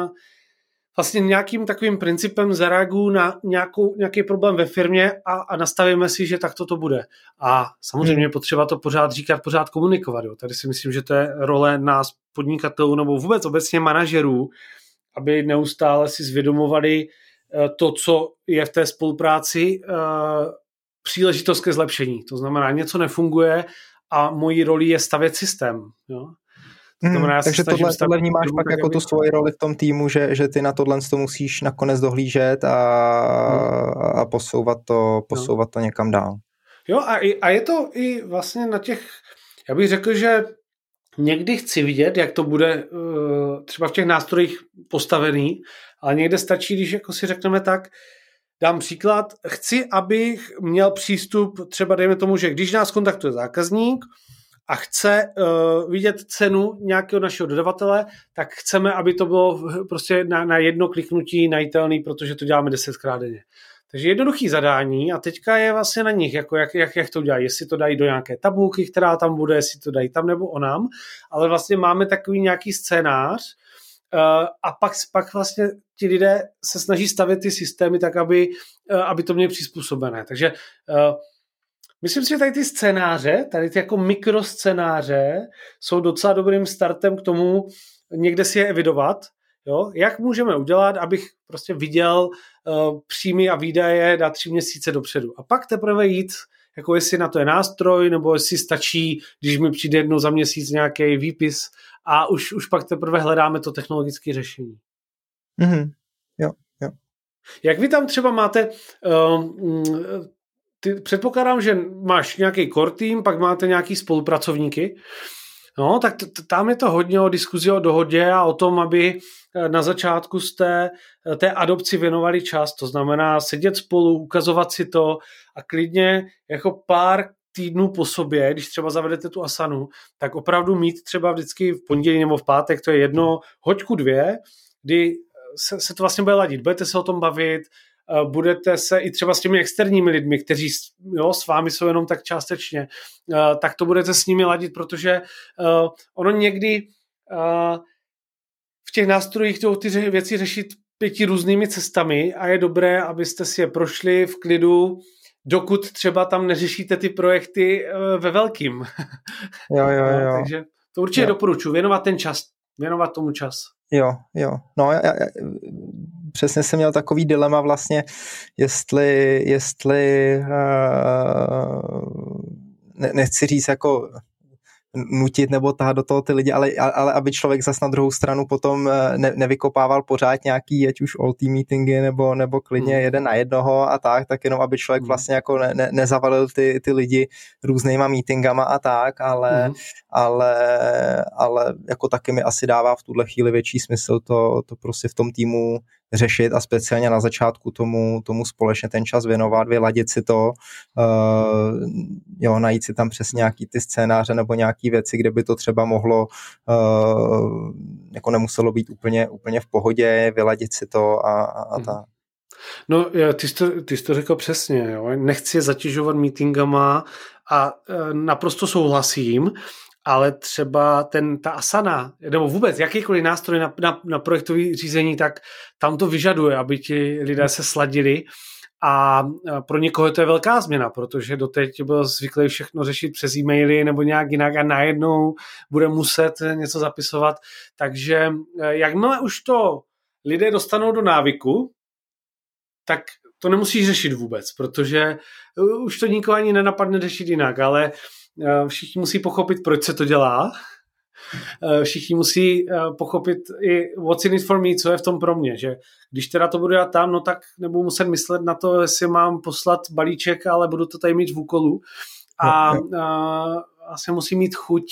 vlastně nějakým takovým principem zareaguju na nějakou, nějaký problém ve firmě a, a nastavíme si, že takto to bude. A samozřejmě hmm. je potřeba to pořád říkat, pořád komunikovat. Jo. Tady si myslím, že to je role nás podnikatelů nebo vůbec obecně manažerů, aby neustále si zvědomovali uh, to, co je v té spolupráci uh, příležitost ke zlepšení. To znamená, něco nefunguje a mojí roli je stavět systém. Jo? To znamená, hmm, takže tohle, tohle vnímáš pak jako tu svoji roli v tom týmu, že, že ty na tohle to musíš nakonec dohlížet a, hmm. a posouvat, to, posouvat no. to někam dál. Jo a, a je to i vlastně na těch, já bych řekl, že někdy chci vidět, jak to bude uh, třeba v těch nástrojích postavený, ale někde stačí, když jako si řekneme tak, dám příklad, chci, abych měl přístup, třeba dejme tomu, že když nás kontaktuje zákazník a chce uh, vidět cenu nějakého našeho dodavatele, tak chceme, aby to bylo prostě na, na jedno kliknutí najitelný, protože to děláme desetkrát denně. Takže jednoduchý zadání a teďka je vlastně na nich, jako jak, jak, jak to udělají, jestli to dají do nějaké tabulky, která tam bude, jestli to dají tam nebo onam, ale vlastně máme takový nějaký scénář, Uh, a pak, pak vlastně ti lidé se snaží stavět ty systémy tak, aby, uh, aby to měli přizpůsobené. Takže uh, myslím si, že tady ty scénáře, tady ty jako mikroscénáře jsou docela dobrým startem k tomu někde si je evidovat. Jo? Jak můžeme udělat, abych prostě viděl uh, příjmy a výdaje na tři měsíce dopředu. A pak teprve jít, jako jestli na to je nástroj, nebo jestli stačí, když mi přijde jednou za měsíc nějaký výpis a už, už pak teprve hledáme to technologické řešení. Mm-hmm. Jo, jo. Jak vy tam třeba máte, um, ty, předpokládám, že máš nějaký core tým, pak máte nějaký spolupracovníky, no, tak t- t- tam je to hodně o diskuzi, o dohodě a o tom, aby na začátku z té, té adopci věnovali čas, to znamená sedět spolu, ukazovat si to a klidně jako pár týdnů po sobě, když třeba zavedete tu Asanu, tak opravdu mít třeba vždycky v pondělí nebo v pátek, to je jedno, hoďku dvě, kdy se, se to vlastně bude ladit, budete se o tom bavit, budete se i třeba s těmi externími lidmi, kteří jo, s vámi jsou jenom tak částečně, tak to budete s nimi ladit, protože ono někdy v těch nástrojích jdou ty věci řešit pěti různými cestami a je dobré, abyste si je prošli v klidu, dokud třeba tam neřešíte ty projekty ve velkým. Jo, jo, jo. Takže to určitě jo. doporučuji, věnovat ten čas, věnovat tomu čas. Jo, jo. No, já, já, přesně jsem měl takový dilema vlastně, jestli, jestli uh, ne, nechci říct jako nutit nebo tahat do toho ty lidi, ale, ale aby člověk zas na druhou stranu potom ne, nevykopával pořád nějaký, ať už all team meetingy nebo, nebo klidně hmm. jeden na jednoho a tak, tak jenom aby člověk hmm. vlastně jako ne, ne, nezavalil ty, ty lidi různýma meetingama a tak, ale, hmm. ale, ale jako taky mi asi dává v tuhle chvíli větší smysl to, to prostě v tom týmu řešit a speciálně na začátku tomu, tomu společně ten čas věnovat, vyladit si to, uh, jo, najít si tam přesně nějaký ty scénáře nebo nějaký věci, kde by to třeba mohlo, uh, jako nemuselo být úplně, úplně v pohodě, vyladit si to a, a hmm. tak. No, ty jsi to, ty jsi to řekl přesně, jo? Nechci je zatěžovat meetingama a e, naprosto souhlasím, ale třeba ten, ta Asana, nebo vůbec jakýkoliv nástroj na, na, na projektové řízení, tak tam to vyžaduje, aby ti lidé se sladili A pro někoho to je velká změna, protože doteď byl zvyklý všechno řešit přes e-maily nebo nějak jinak a najednou bude muset něco zapisovat. Takže jakmile už to lidé dostanou do návyku, tak to nemusíš řešit vůbec, protože už to nikoho ani nenapadne řešit jinak, ale všichni musí pochopit, proč se to dělá. Všichni musí pochopit i what's in it for me, co je v tom pro mě, že když teda to budu dělat tam, no tak nebudu muset myslet na to, jestli mám poslat balíček, ale budu to tady mít v úkolu a, a asi musím mít chuť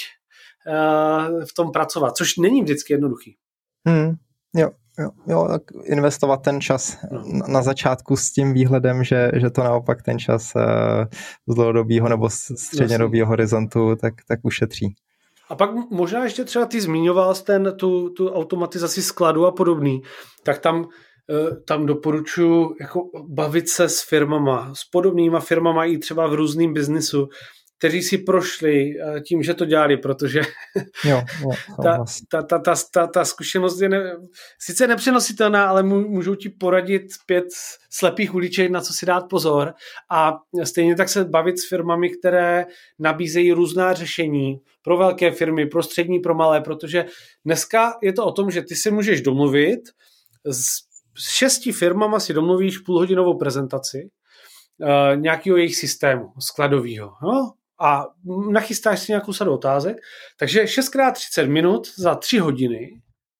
v tom pracovat, což není vždycky jednoduchý. Hmm, jo. Jo, jo, tak investovat ten čas no. na, na začátku s tím výhledem, že, že to naopak ten čas uh, z dlouhodobého nebo střednědobého horizontu tak, tak ušetří. A pak možná ještě třeba ty zmiňoval ten, tu, tu automatizaci skladu a podobný, tak tam, tam doporučuji jako bavit se s firmama, s podobnýma firmama i třeba v různým biznisu, kteří si prošli tím, že to dělali, protože jo, jo, ta, ta, ta, ta, ta, ta zkušenost je ne, sice nepřenositelná, ale můžou ti poradit pět slepých uliček, na co si dát pozor a stejně tak se bavit s firmami, které nabízejí různá řešení pro velké firmy, pro střední, pro malé, protože dneska je to o tom, že ty si můžeš domluvit, s šesti firmama si domluvíš půlhodinovou prezentaci uh, nějakého jejich systému skladového, no? A nachystáš si nějakou sadu otázek, takže šest krát třicet minut za tři hodiny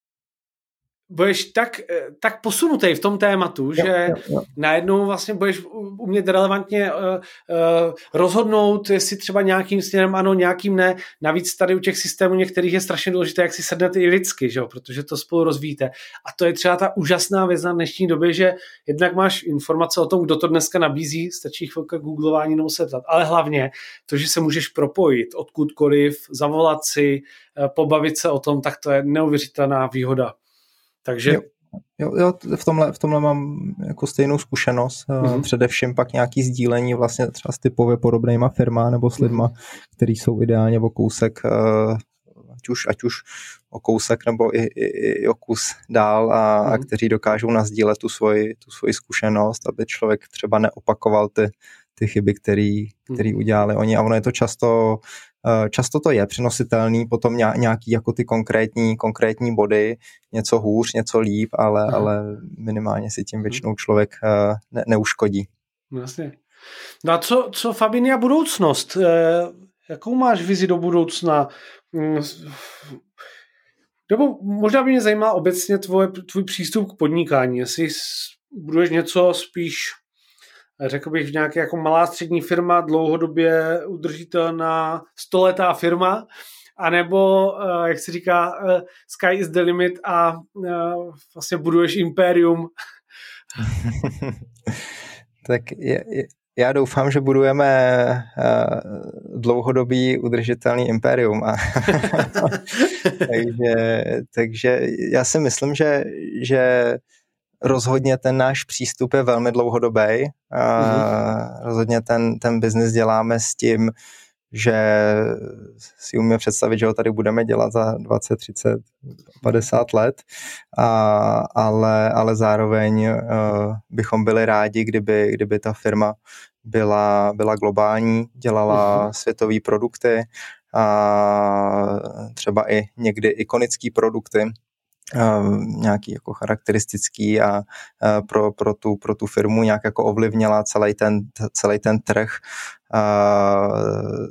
budeš tak, tak posunutý v tom tématu, že jo, jo, jo. najednou vlastně budeš umět relevantně uh, uh, rozhodnout, jestli třeba nějakým směrem ano, nějakým ne. Navíc tady u těch systémů některých je strašně důležité, jak si sednete i lidsky, že jo? Protože to spolu rozvíjíte. A to je třeba ta úžasná věc na dnešní době, že jednak máš informace o tom, kdo to dneska nabízí, stačí chvilka googlování nebo se ptat, ale hlavně to, že se můžeš propojit odkudkoliv, zavolat si, pobavit se o tom, tak to je neuvěřitelná výhoda. Takže... Jo, jo, jo v, tomhle, v tomhle mám jako stejnou zkušenost, mm-hmm. především pak nějaký sdílení vlastně třeba s typově podobnýma firma nebo s lidma, mm-hmm. který jsou ideálně o kousek, ať už, ať už o kousek nebo i, i, i o kus dál a, mm-hmm. a kteří dokážou nasdílet tu svoji, tu svoji zkušenost, aby člověk třeba neopakoval ty, ty chyby, který, který udělali oni a ono je to často Často to je přenositelný, potom nějaký jako ty konkrétní, konkrétní body, něco hůř, něco líp, ale, ale minimálně si tím většinou člověk ne, neuškodí. Jasně. No a co, co Fabinia budoucnost? Jakou máš vizi do budoucna? Nebo možná by mě zajímá obecně tvoje, tvůj přístup k podnikání, jestli buduješ něco spíš řekl bych, nějaká jako malá střední firma, dlouhodobě udržitelná stoletá firma, anebo, jak se říká, sky is the limit a vlastně buduješ impérium. Tak je, je, já doufám, že budujeme dlouhodobý udržitelný impérium. A takže, takže já si myslím, že, že rozhodně ten náš přístup je velmi dlouhodobý. Mm-hmm. Rozhodně ten, ten biznis děláme s tím, že si umíme představit, že ho tady budeme dělat za dvacet, třicet, padesát let, a, ale, ale zároveň uh, bychom byli rádi, kdyby, kdyby ta firma byla, byla globální, dělala mm-hmm. světové produkty a třeba i někdy ikonické produkty, Uh, nějaký jako charakteristický a uh, pro, pro, tu, pro tu firmu nějak jako ovlivnila celý ten, celý ten trh uh,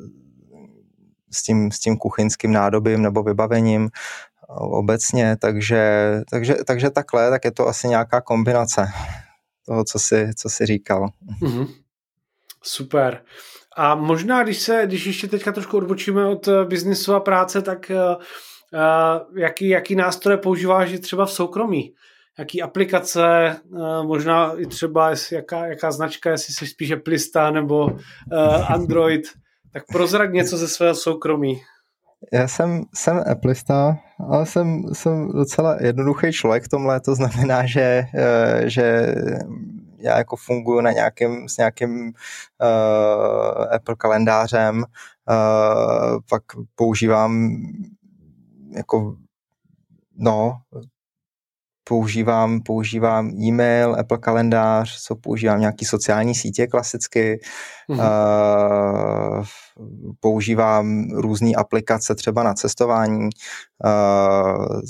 s tím, s tím kuchyňským nádobím nebo vybavením uh, obecně, takže, takže, takže takhle, tak je to asi nějaká kombinace toho, co jsi, co jsi říkal. Mm-hmm. Super. A možná, když se, když ještě teďka trošku odbočíme od biznisu a práce, tak uh, Uh, jaký, jaký nástroje používáš třeba v soukromí? Jaký aplikace, uh, možná i třeba jaká, jaká značka, jestli jsi spíš Applista nebo uh, Android, tak prozrať něco ze svého soukromí. Já jsem, jsem Applista, ale jsem, jsem docela jednoduchý člověk v tomhle, to znamená, že, uh, že já jako funguji na nějakým, s nějakým uh, Apple kalendářem, uh, pak používám jako, no, používám, používám e-mail, Apple kalendář, co používám nějaký sociální sítě klasicky, mm. uh, používám různé aplikace třeba na cestování, uh,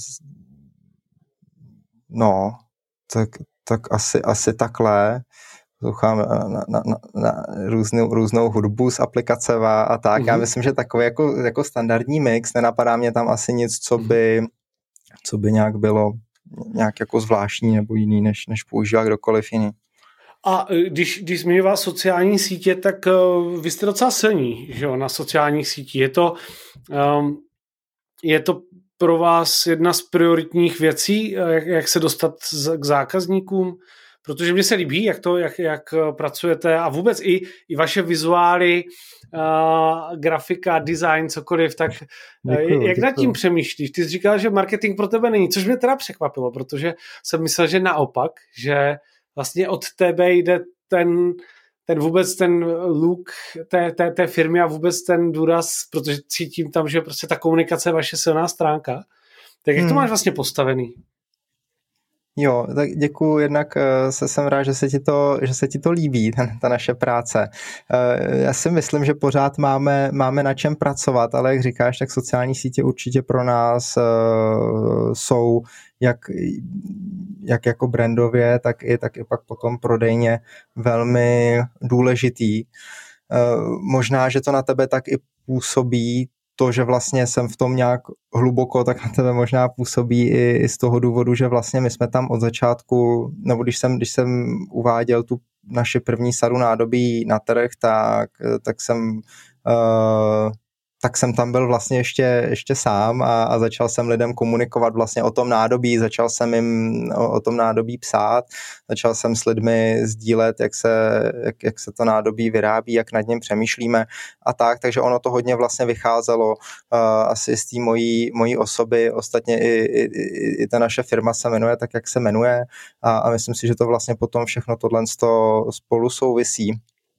no, tak, tak asi, asi takhle. Poslouchám na, na, na, na různou, různou hudbu z aplikace a tak. Mm-hmm. Já myslím, že takový jako, jako standardní mix, nenapadá mě tam asi nic, co by, co by nějak bylo nějak jako zvláštní nebo jiný, než, než používá kdokoliv jiný. A když, když zmiňoval sociální sítě, tak uh, vy jste docela silní, že jo, na sociálních sítích. Je to, um, je to pro vás jedna z prioritních věcí, jak, jak se dostat z, k zákazníkům? Protože mně se líbí, jak to, jak, jak pracujete a vůbec i, i vaše vizuály, uh, grafika, design, cokoliv, tak děkuju, jak děkuju. Nad tím přemýšlíš? Ty jsi říkal, že marketing pro tebe není, což mě teda překvapilo, protože jsem myslel, že naopak, že vlastně od tebe jde ten, ten vůbec ten look té, té, té firmy a vůbec ten důraz, protože cítím tam, že prostě ta komunikace je vaše silná stránka. Tak jak hmm. to máš vlastně postavený? Jo, tak děkuju, jednak se jsem rád, že se ti to, že se ti to líbí, ta, ta naše práce. Já si myslím, že pořád máme, máme na čem pracovat, ale jak říkáš, tak sociální sítě určitě pro nás jsou jak, jak jako brandově, tak i, tak i pak potom prodejně velmi důležitý. Možná, že to na tebe tak i působí, to, že vlastně jsem v tom nějak hluboko, tak na tebe možná působí i, i z toho důvodu, že vlastně my jsme tam od začátku, nebo když jsem, když jsem uváděl tu naši první sadu nádobí na trh, tak, tak jsem uh, tak jsem tam byl vlastně ještě, ještě sám a, a začal jsem lidem komunikovat vlastně o tom nádobí, začal jsem jim o, o tom nádobí psát, začal jsem s lidmi sdílet, jak se, jak, jak se to nádobí vyrábí, jak nad něm přemýšlíme a tak, takže ono to hodně vlastně vycházelo uh, asi z té mojí, mojí osoby, ostatně i, i, i, i ta naše firma se jmenuje tak, jak se jmenuje a, a myslím si, že to vlastně potom všechno tohle spolu souvisí,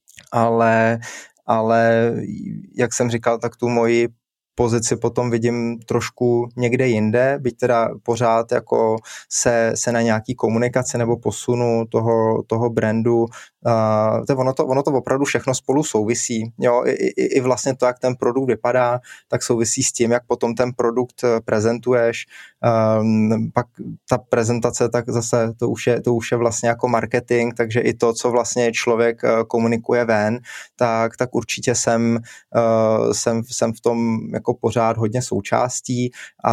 ale ale jak jsem říkal, tak tu moji pozici potom vidím trošku někde jinde, byť teda pořád jako se, se na nějaký komunikaci nebo posunu toho, toho brandu, uh, to ono, to, ono to opravdu všechno spolu souvisí. Jo? I, i, I vlastně to, jak ten produkt vypadá, tak souvisí s tím, jak potom ten produkt prezentuješ. Um, pak ta prezentace, tak zase to už, je, to už je vlastně jako marketing, takže i to, co vlastně člověk uh, komunikuje ven, tak, tak určitě jsem, uh, jsem, jsem v tom jako pořád hodně součástí,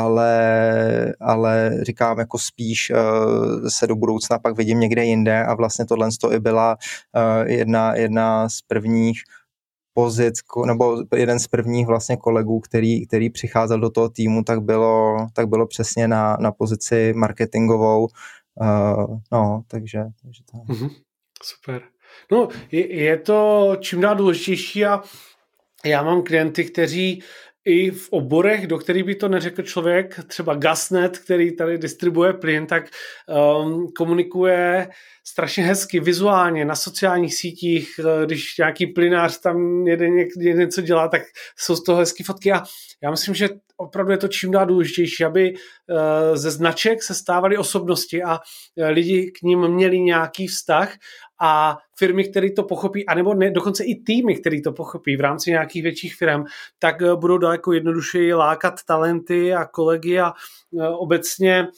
ale, ale říkám jako spíš uh, se do budoucna pak vidím někde jinde a vlastně tohle to i byla uh, jedna, jedna z prvních pozic, nebo jeden z prvních vlastně kolegů, který, který přicházel do toho týmu, tak bylo, tak bylo přesně na, na pozici marketingovou. Uh, no, takže, takže to... Mm-hmm. Super. No, je, je to čím dál důležitější a já mám klienty, kteří i v oborech, do kterých by to neřekl člověk, třeba Gasnet, který tady distribuje plyn, tak um, komunikuje strašně hezky, vizuálně, na sociálních sítích, když nějaký plynář tam jeden něco dělá, tak jsou z toho hezky fotky a já myslím, že opravdu je to čím dál důležitější, aby ze značek se stávaly osobnosti a lidi k ním měli nějaký vztah a firmy, které to pochopí, anebo ne, dokonce i týmy, které to pochopí v rámci nějakých větších firm, tak budou daleko jednodušeji lákat talenty a kolegy a obecně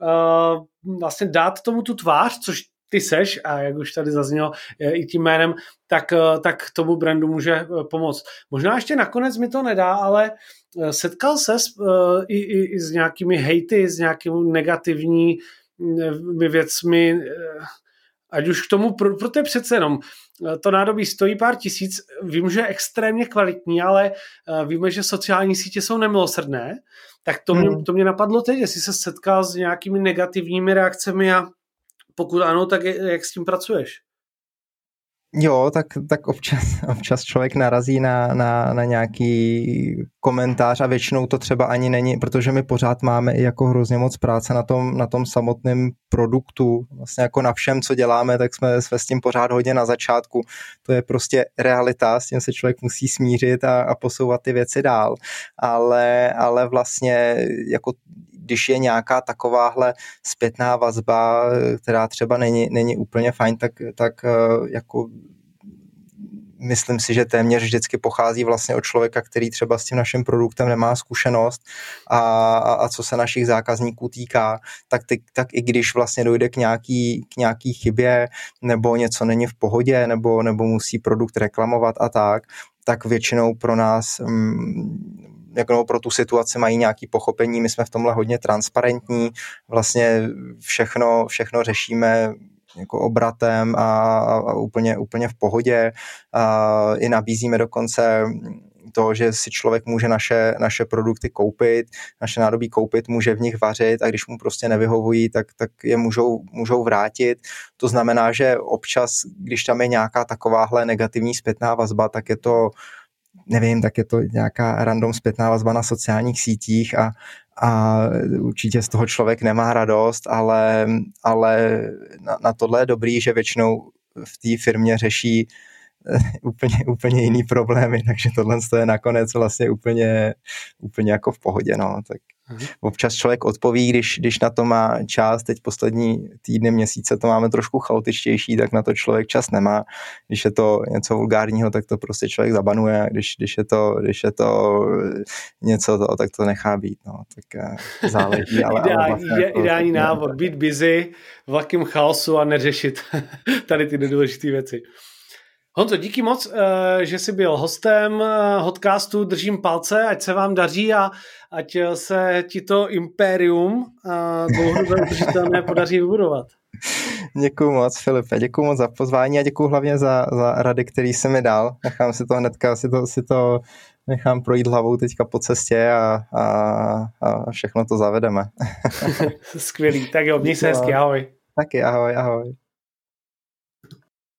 vlastně dát tomu tu tvář, což ty seš, a jak už tady zaznělo i tím jménem, tak, tak tomu brandu může pomoct. Možná ještě nakonec mi to nedá, ale setkal ses i, i, i s nějakými hejty, s nějakými negativními věcmi, ať už k tomu, proto je přece jenom, to nádobí stojí pár tisíc, vím, že je extrémně kvalitní, ale víme, že sociální sítě jsou nemilosrdné, tak to, hmm. mě, to mě napadlo teď, jestli se setkal s nějakými negativními reakcemi a pokud ano, tak jak s tím pracuješ? Jo, tak, tak občas, občas člověk narazí na, na, na nějaký komentář a většinou to třeba ani není, protože my pořád máme i jako hrozně moc práce na tom, na tom samotném produktu. Vlastně jako na všem, co děláme, tak jsme, jsme s tím pořád hodně na začátku. To je prostě realita, s tím se člověk musí smířit a, a posouvat ty věci dál. Ale, ale vlastně jako když je nějaká takováhle zpětná vazba, která třeba není, není úplně fajn, tak, tak jako myslím si, že téměř vždycky pochází vlastně od člověka, který třeba s tím naším produktem nemá zkušenost a, a, a co se našich zákazníků týká, tak, ty, tak i když vlastně dojde k nějaký, k nějaký chybě nebo něco není v pohodě nebo, nebo musí produkt reklamovat a tak, tak většinou pro nás jako pro tu situaci mají nějaké pochopení, my jsme v tomhle hodně transparentní, vlastně všechno, všechno řešíme jako obratem a, a úplně, úplně v pohodě. A i nabízíme dokonce to, že si člověk může naše, naše produkty koupit, naše nádobí koupit, může v nich vařit a když mu prostě nevyhovují, tak, tak je můžou, můžou vrátit. To znamená, že občas, když tam je nějaká takováhle negativní zpětná vazba, tak je to nevím, tak je to nějaká random zpětná vazba na sociálních sítích a, a určitě z toho člověk nemá radost, ale, ale na, na tohle je dobrý, že většinou v té firmě řeší úplně, úplně jiný problémy, takže tohle je nakonec vlastně úplně, úplně jako v pohodě, no, tak občas člověk odpoví, když, když na to má čas, teď poslední týdny, měsíce to máme trošku chaotičtější, tak na to člověk čas nemá. Když je to něco vulgárního, tak to prostě člověk zabanuje, když, když, je, to, když je to něco, to, tak to nechá být. No. Tak záleží. Ale, Ideální, ale vlastně jako, ideální to, návod, být busy v velkém chaosu a neřešit tady ty nedůležité věci. Honzo, díky moc, že jsi byl hostem Hotcastu, držím palce, ať se vám daří a ať se ti to impérium dlouhodobě udržitelné podaří vybudovat. Děkuju moc, Filipe, děkuju moc za pozvání a děkuju hlavně za, za rady, který jsi mi dal. Nechám si to hnedka, si to, si to nechám projít hlavou teďka po cestě a, a, a všechno to zavedeme. Skvělý, tak jo, měj se hezky, ahoj. Taky, ahoj, ahoj.